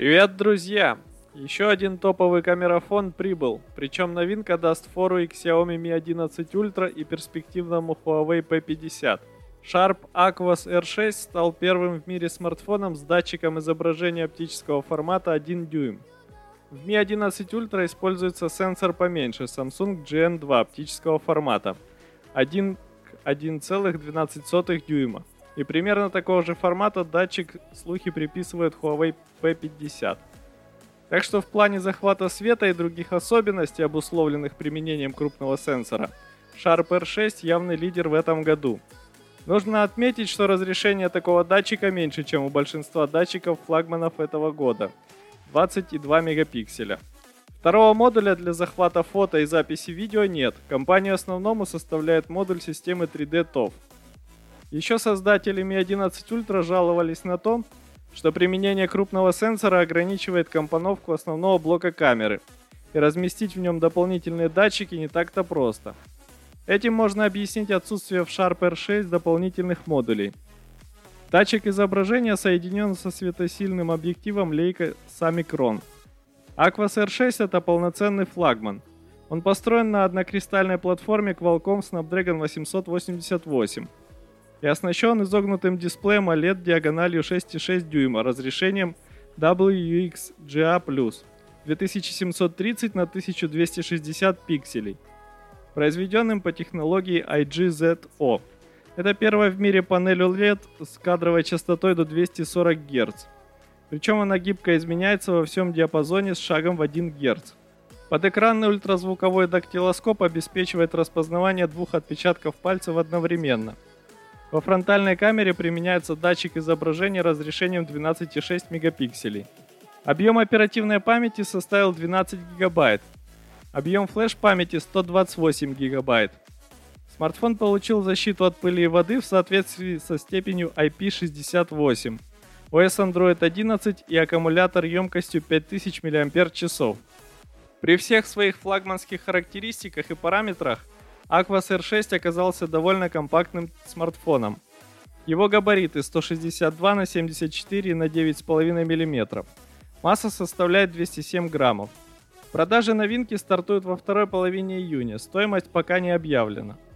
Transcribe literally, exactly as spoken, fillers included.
Привет, друзья! Еще один топовый камерафон прибыл, причем новинка даст фору и Xiaomi Mi одиннадцать Ultra и перспективному Huawei пи пятьдесят. Sharp Aquos эр шесть стал первым в мире смартфоном с датчиком изображения оптического формата один дюйм. В Mi одиннадцать Ultra используется сенсор поменьше Samsung джи эн два оптического формата один к один целых двенадцать сотых дюйма. И примерно такого же формата датчик слухи приписывает Huawei пи пятьдесят. Так что в плане захвата света и других особенностей, обусловленных применением крупного сенсора, Sharp эр шесть явный лидер в этом году. Нужно отметить, что разрешение такого датчика меньше, чем у большинства датчиков флагманов этого года – двадцать и два мегапикселя. Второго модуля для захвата фото и записи видео нет, компанию основному составляет модуль системы три дэ тоф. Еще создатели Mi одиннадцать Ultra жаловались на то, что применение крупного сенсора ограничивает компоновку основного блока камеры, и разместить в нем дополнительные датчики не так-то просто. Этим можно объяснить отсутствие в Sharp эр шесть дополнительных модулей. Датчик изображения соединен со светосильным объективом Leica Summicron. Aquos эр шесть это полноценный флагман. Он построен на однокристальной платформе Qualcomm Snapdragon восемьсот восемьдесят восемь. И оснащен изогнутым дисплеем о лед диагональю шесть и шесть дюйма, разрешением дабл ю икс джи эй плюс две тысячи семьсот тридцать на тысяча двести шестьдесят пикселей, произведенным по технологии ай джи зет о. Это первая в мире панель о лед с кадровой частотой до двухсот сорока герц. Причем она гибко изменяется во всем диапазоне с шагом в один герц. Подэкранный ультразвуковой дактилоскоп обеспечивает распознавание двух отпечатков пальцев одновременно. Во фронтальной камере применяется датчик изображения разрешением двенадцать и шесть мегапикселей. Объем оперативной памяти составил двенадцать гигабайт. Объем флеш-памяти сто двадцать восемь гигабайт. Смартфон получил защиту от пыли и воды в соответствии со степенью ай пи шестьдесят восемь, о эс Android одиннадцать и аккумулятор емкостью пять тысяч мАч. При всех своих флагманских характеристиках и параметрах Aquos эр шесть оказался довольно компактным смартфоном. Его габариты сто шестьдесят два на семьдесят четыре на девять с половиной миллиметров. Масса составляет двести семь граммов. Продажи новинки стартуют во второй половине июня, стоимость пока не объявлена.